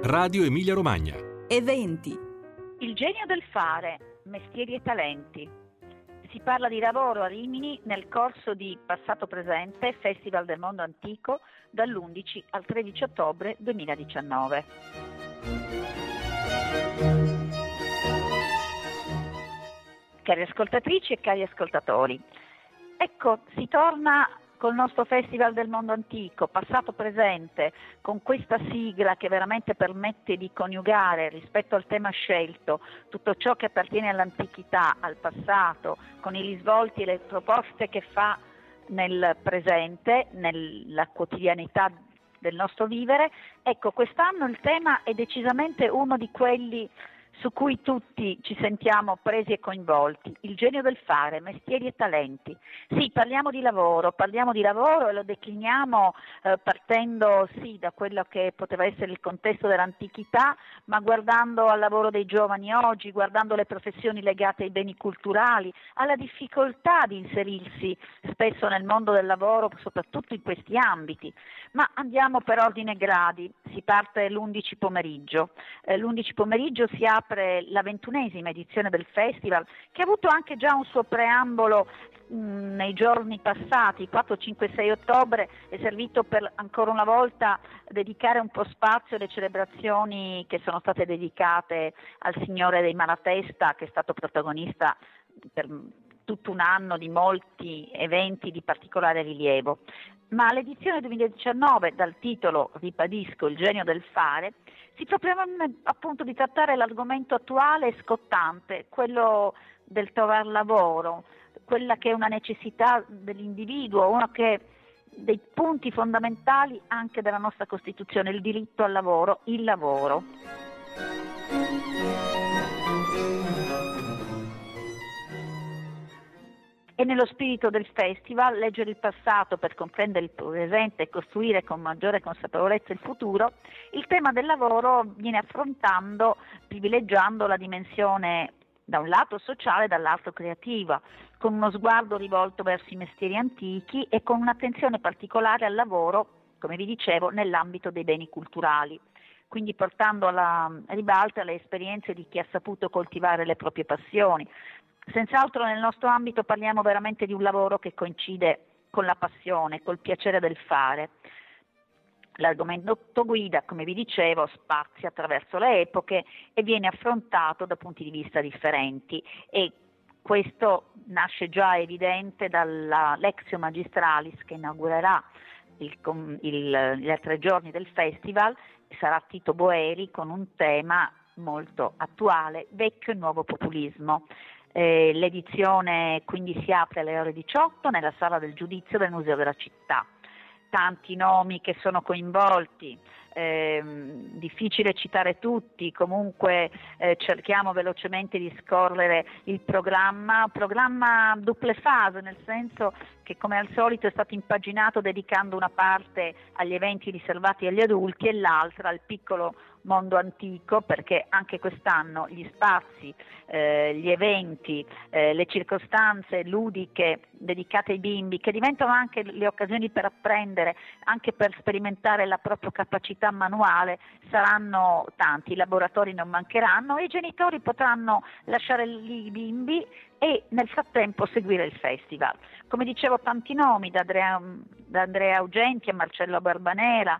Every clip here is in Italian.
Radio Emilia Romagna. Eventi. Il genio del fare, mestieri e talenti. Si parla di lavoro a Rimini nel corso di Passato Presente, Festival del Mondo Antico, dall'11 al 13 ottobre 2019. Cari ascoltatrici e cari ascoltatori, ecco, si torna col nostro Festival del Mondo Antico, Passato Presente, con questa sigla che veramente permette di coniugare rispetto al tema scelto tutto ciò che appartiene all'antichità, al passato, con i risvolti e le proposte che fa nel presente, nella quotidianità del nostro vivere. Ecco, quest'anno il tema è decisamente uno di quelli su cui tutti ci sentiamo presi e coinvolti, il genio del fare, mestieri e talenti. Sì, parliamo di lavoro e lo decliniamo partendo sì da quello che poteva essere il contesto dell'antichità, ma guardando al lavoro dei giovani oggi, guardando le professioni legate ai beni culturali, alla difficoltà di inserirsi spesso nel mondo del lavoro, soprattutto in questi ambiti. Ma andiamo per ordine e gradi, si parte l'11 pomeriggio. L'11 pomeriggio si apre la 21esima edizione del festival, che ha avuto anche già un suo preambolo nei giorni passati. 4, 5, 6 ottobre è servito per ancora una volta dedicare un po' spazio alle celebrazioni che sono state dedicate al Signore dei Malatesta, che è stato protagonista per tutto un anno di molti eventi di particolare rilievo. Ma l'edizione 2019, dal titolo, ribadisco, Il genio del fare, si propone appunto di trattare l'argomento attuale e scottante, quello del trovar lavoro, quella che è una necessità dell'individuo, uno che dei punti fondamentali anche della nostra Costituzione, il diritto al lavoro, il lavoro. E nello spirito del festival, leggere il passato per comprendere il presente e costruire con maggiore consapevolezza il futuro, il tema del lavoro viene affrontando, privilegiando la dimensione da un lato sociale e dall'altro creativa, con uno sguardo rivolto verso i mestieri antichi e con un'attenzione particolare al lavoro, come vi dicevo, nell'ambito dei beni culturali. Quindi portando alla ribalta le esperienze di chi ha saputo coltivare le proprie passioni. Senz'altro nel nostro ambito parliamo veramente di un lavoro che coincide con la passione, col piacere del fare. L'argomento guida, come vi dicevo, spazia attraverso le epoche e viene affrontato da punti di vista differenti, e questo nasce già evidente dalla Lectio Magistralis che inaugurerà i 3 giorni del festival. Sarà Tito Boeri con un tema molto attuale, vecchio e nuovo populismo. L'edizione quindi si apre alle ore 18 nella sala del giudizio del Museo della Città. Tanti nomi che sono coinvolti, difficile citare tutti, comunque cerchiamo velocemente di scorrere il programma a duple fase, nel senso che come al solito è stato impaginato dedicando una parte agli eventi riservati agli adulti e l'altra al piccolo mondo antico, perché anche quest'anno gli spazi, gli eventi, le circostanze ludiche dedicate ai bimbi, che diventano anche le occasioni per apprendere, anche per sperimentare la propria capacità manuale, saranno tanti. I laboratori non mancheranno e i genitori potranno lasciare lì i bimbi e nel frattempo seguire il festival. Come dicevo, tanti nomi, da Andrea Augenti a Marcello Barbanera,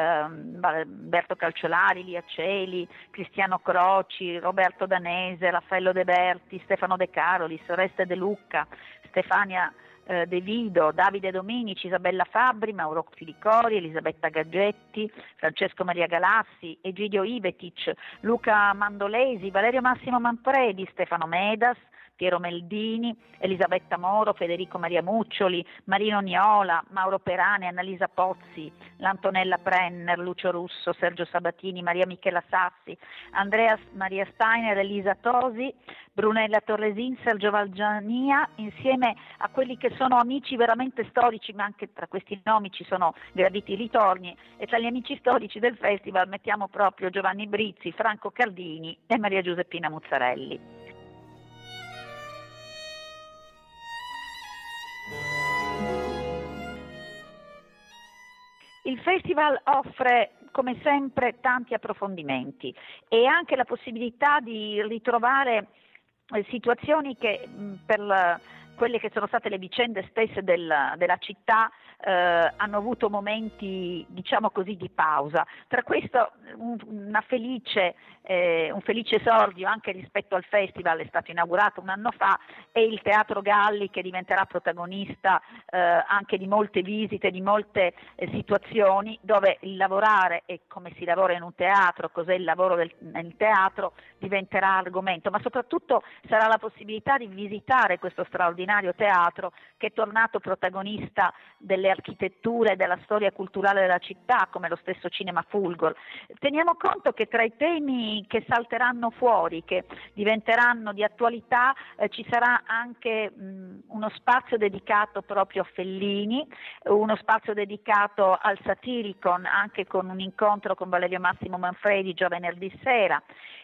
Alberto Calciolari, Lia Celi, Cristiano Croci, Roberto Danese, Raffaello De Berti, Stefano De Carolis, Oreste De Lucca, Stefania De Vido, Davide Dominici, Isabella Fabbri, Mauro Filicori, Elisabetta Gaggetti, Francesco Maria Galassi, Egidio Ivetic, Luca Mandolesi, Valerio Massimo Manfredi, Stefano Medas, Piero Meldini, Elisabetta Moro, Federico Maria Muccioli, Marino Niola, Mauro Perani, Annalisa Pozzi, l'Antonella Brenner, Lucio Russo, Sergio Sabatini, Maria Michela Sassi, Andrea Maria Steiner, Elisa Tosi, Brunella Torresin, Sergio Valgiania, insieme a quelli che sono amici veramente storici, ma anche tra questi nomi ci sono graditi ritorni, e tra gli amici storici del festival mettiamo proprio Giovanni Brizzi, Franco Cardini e Maria Giuseppina Muzzarelli. Il Il festival offre come sempre tanti approfondimenti e anche la possibilità di ritrovare situazioni che quelle che sono state le vicende stesse della città hanno avuto momenti, diciamo così, di pausa. Tra questo un felice esordio anche rispetto al festival è stato inaugurato un anno fa, è il Teatro Galli, che diventerà protagonista anche di molte visite, di molte situazioni dove il lavorare e come si lavora in un teatro, cos'è il lavoro nel teatro, diventerà argomento, ma soprattutto sarà la possibilità di visitare questo straordinario teatro che è tornato protagonista delle architetture e della storia culturale della città, come lo stesso Cinema Fulgor. Teniamo conto che tra i temi che salteranno fuori, che diventeranno di attualità, ci sarà anche uno spazio dedicato proprio a Fellini, uno spazio dedicato al Satiricon, anche con un incontro con Valerio Massimo Manfredi già venerdì sera,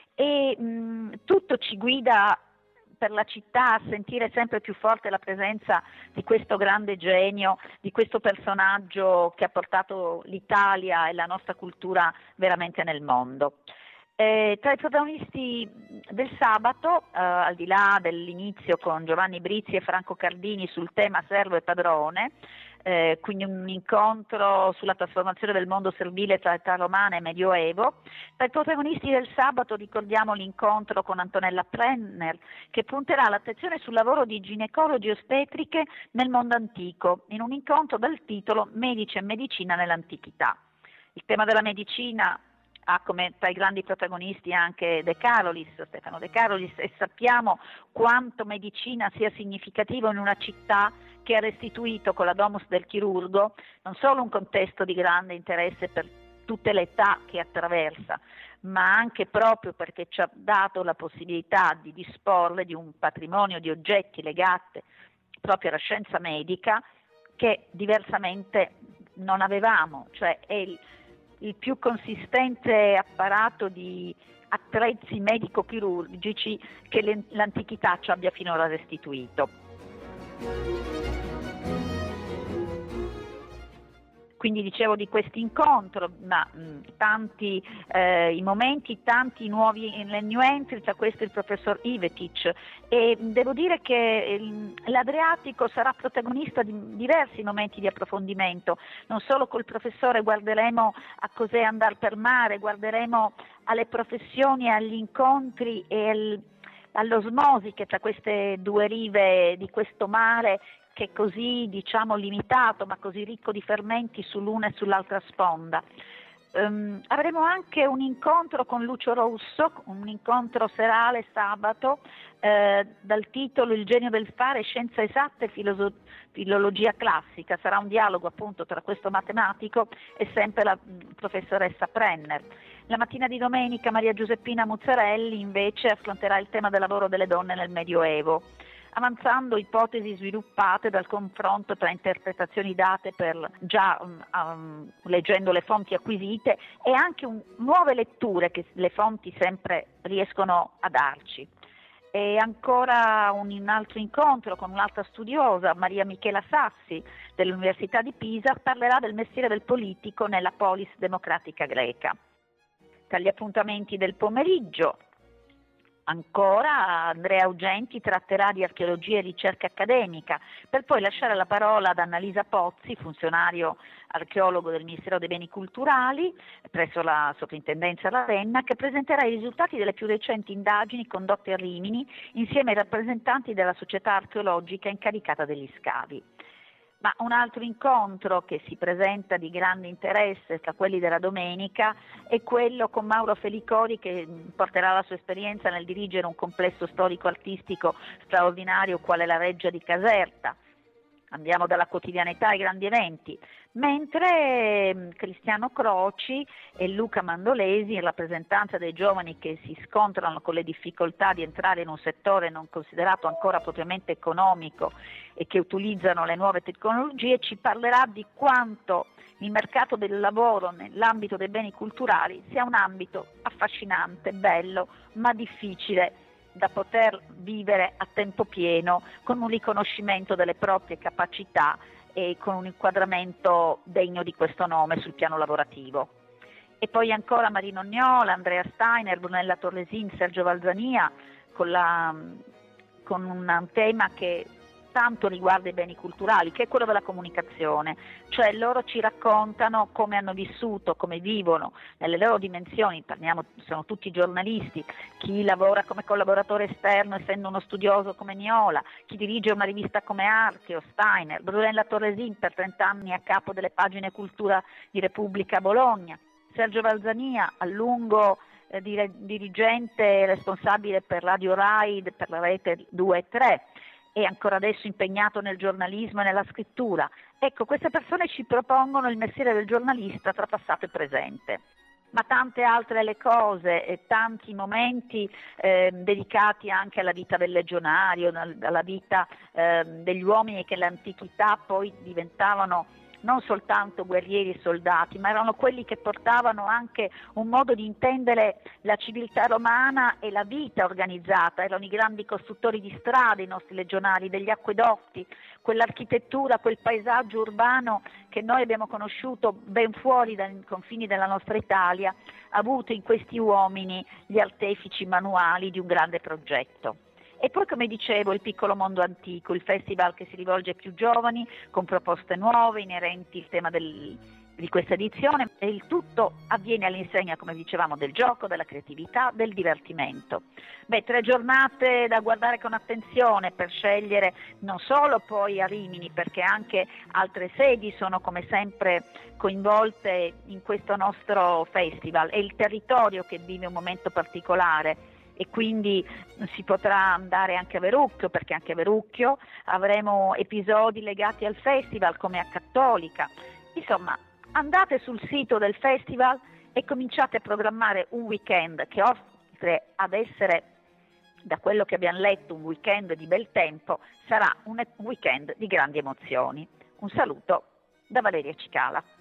e tutto ci guida per la città a sentire sempre più forte la presenza di questo grande genio, di questo personaggio che ha portato l'Italia e la nostra cultura veramente nel mondo. Tra i protagonisti del sabato, al di là dell'inizio con Giovanni Brizzi e Franco Cardini sul tema servo e padrone, quindi un incontro sulla trasformazione del mondo servile tra età romana e medioevo. Tra i protagonisti del sabato ricordiamo l'incontro con Antonella Prenner, che punterà l'attenzione sul lavoro di ginecologi ostetriche nel mondo antico, in un incontro dal titolo Medici e medicina nell'antichità. Il tema della medicina ha come tra i grandi protagonisti anche Stefano De Carolis, e sappiamo quanto medicina sia significativo in una città che ha restituito con la Domus del Chirurgo non solo un contesto di grande interesse per tutte le età che attraversa, ma anche proprio perché ci ha dato la possibilità di disporre di un patrimonio di oggetti legati proprio alla scienza medica che diversamente non avevamo, cioè è il più consistente apparato di attrezzi medico-chirurgici che l'antichità ci abbia finora restituito. Quindi dicevo di questo incontro, ma tanti i momenti, tanti nuovi new entry, tra questi il professor Ivetic, e devo dire che l'Adriatico sarà protagonista di diversi momenti di approfondimento. Non solo col professore guarderemo a cos'è andare per mare, guarderemo alle professioni e agli incontri e all'osmosi che tra queste due rive di questo mare, che è così, diciamo, limitato ma così ricco di fermenti sull'una e sull'altra sponda. Avremo anche un incontro con Lucio Russo, un incontro serale sabato dal titolo Il genio del fare, scienza esatta e filologia classica. Sarà un dialogo appunto tra questo matematico e sempre la professoressa Prenner. La mattina di domenica Maria Giuseppina Muzzarelli invece affronterà il tema del lavoro delle donne nel Medioevo, avanzando ipotesi sviluppate dal confronto tra interpretazioni date leggendo le fonti acquisite e anche nuove letture che le fonti sempre riescono a darci. E ancora un altro incontro con un'altra studiosa, Maria Michela Sassi dell'Università di Pisa, parlerà del mestiere del politico nella polis democratica greca. Tra gli appuntamenti del pomeriggio ancora Andrea Augenti tratterà di archeologia e ricerca accademica, per poi lasciare la parola ad Annalisa Pozzi, funzionario archeologo del Ministero dei Beni Culturali presso la Soprintendenza Ravenna, che presenterà i risultati delle più recenti indagini condotte a Rimini insieme ai rappresentanti della società archeologica incaricata degli scavi. Ma un altro incontro che si presenta di grande interesse tra quelli della domenica è quello con Mauro Felicori, che porterà la sua esperienza nel dirigere un complesso storico-artistico straordinario quale la Reggia di Caserta. Andiamo dalla quotidianità ai grandi eventi, mentre Cristiano Croci e Luca Mandolesi, in rappresentanza dei giovani che si scontrano con le difficoltà di entrare in un settore non considerato ancora propriamente economico e che utilizzano le nuove tecnologie, ci parlerà di quanto il mercato del lavoro nell'ambito dei beni culturali sia un ambito affascinante, bello, ma difficile da poter vivere a tempo pieno con un riconoscimento delle proprie capacità e con un inquadramento degno di questo nome sul piano lavorativo. E poi ancora Marino Ognola, Andrea Steiner, Brunella Torlesin, Sergio Valzania, con un tema che tanto riguarda i beni culturali, che è quello della comunicazione, cioè loro ci raccontano come hanno vissuto, come vivono nelle loro dimensioni. Parliamo, sono tutti giornalisti, chi lavora come collaboratore esterno essendo uno studioso come Niola, chi dirige una rivista come Archeo, Steiner, Brunella Torlesin per 30 anni a capo delle pagine cultura di Repubblica a Bologna, Sergio Valzania a lungo dirigente responsabile per Radio Rai, per la rete 2 e 3, e ancora adesso impegnato nel giornalismo e nella scrittura. Ecco, queste persone ci propongono il mestiere del giornalista tra passato e presente, ma tante altre le cose e tanti momenti dedicati anche alla vita del legionario, alla vita degli uomini che nell'antichità poi diventavano non soltanto guerrieri e soldati, ma erano quelli che portavano anche un modo di intendere la civiltà romana e la vita organizzata. Erano i grandi costruttori di strade, i nostri legionari, degli acquedotti, quell'architettura, quel paesaggio urbano che noi abbiamo conosciuto ben fuori dai confini della nostra Italia, ha avuto in questi uomini gli artefici manuali di un grande progetto. E poi, come dicevo, il Piccolo Mondo Antico, il festival che si rivolge ai più giovani con proposte nuove inerenti al tema di questa edizione, e il tutto avviene all'insegna, come dicevamo, del gioco, della creatività, del divertimento. 3 giornate da guardare con attenzione per scegliere non solo poi a Rimini, perché anche altre sedi sono come sempre coinvolte in questo nostro festival, e il territorio che vive un momento particolare. E quindi si potrà andare anche a Verrucchio, perché anche a Verrucchio avremo episodi legati al festival come a Cattolica. Insomma, andate sul sito del festival e cominciate a programmare un weekend che, oltre ad essere, da quello che abbiamo letto, un weekend di bel tempo, sarà un weekend di grandi emozioni. Un saluto da Valeria Cicala.